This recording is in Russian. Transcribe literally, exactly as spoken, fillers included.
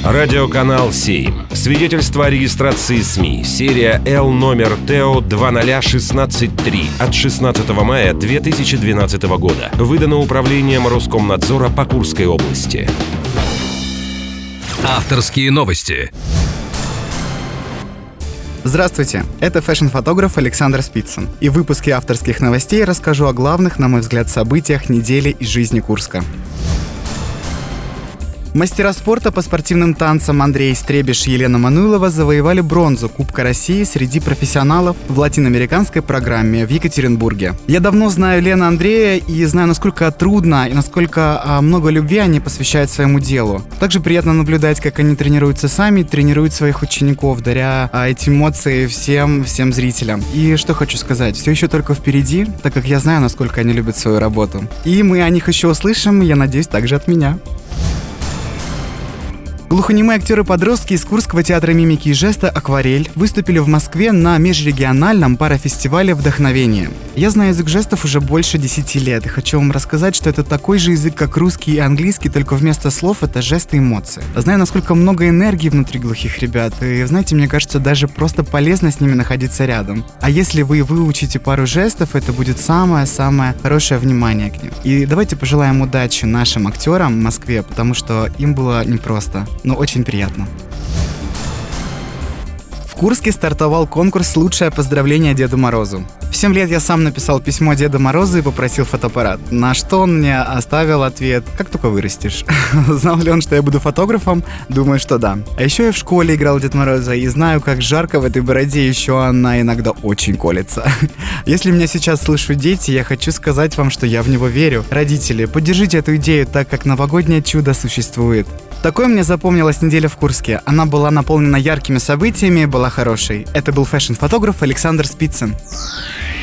Радиоканал семь. Свидетельство о регистрации СМИ. Серия Л номер ТЭО два ноль один шесть три от шестнадцатого мая две тысячи двенадцатого года. Выдано управлением Роскомнадзора по Курской области. Авторские новости. Здравствуйте, это фэшн-фотограф Александр Спицын. И в выпуске авторских новостей расскажу о главных, на мой взгляд, событиях недели из жизни Курска. Мастера спорта по спортивным танцам Андрей Стребиш и Елена Мануйлова завоевали бронзу Кубка России среди профессионалов в латиноамериканской программе в Екатеринбурге. Я давно знаю Лену и Андрея и знаю, насколько трудно и насколько а, много любви они посвящают своему делу. Также приятно наблюдать, как они тренируются сами, тренируют своих учеников, даря а, эти эмоции всем, всем зрителям. И что хочу сказать, все еще только впереди, так как я знаю, насколько они любят свою работу. И мы о них еще услышим, я надеюсь, также от меня. Глухонемые актеры-подростки из Курского театра мимики и жеста «Акварель» выступили в Москве на межрегиональном парафестивале «Вдохновение». Я знаю язык жестов уже больше десяти лет и хочу вам рассказать, что это такой же язык, как русский и английский, только вместо слов это жесты и эмоции. Знаю, насколько много энергии внутри глухих ребят, и, знаете, мне кажется, даже просто полезно с ними находиться рядом. А если вы выучите пару жестов, это будет самое-самое хорошее внимание к ним. И давайте пожелаем удачи нашим актерам в Москве, потому что им было непросто. Но очень приятно. В Курске стартовал конкурс «Лучшее поздравление Деду Морозу». В семь лет я сам написал письмо Деду Морозу и попросил фотоаппарат, на что он мне оставил ответ: «Как только вырастешь». Знал ли он, что я буду фотографом? Думаю, что да. А еще я в школе играл Деда Мороза и знаю, как жарко в этой бороде, еще она иногда очень колется. Если меня сейчас слышат дети, я хочу сказать вам, что я в него верю. Родители, поддержите эту идею, так как новогоднее чудо существует. Такой мне запомнилась неделя в Курске. Она была наполнена яркими событиями, была хорошей. Это был фэшн-фотограф Александр Спицын.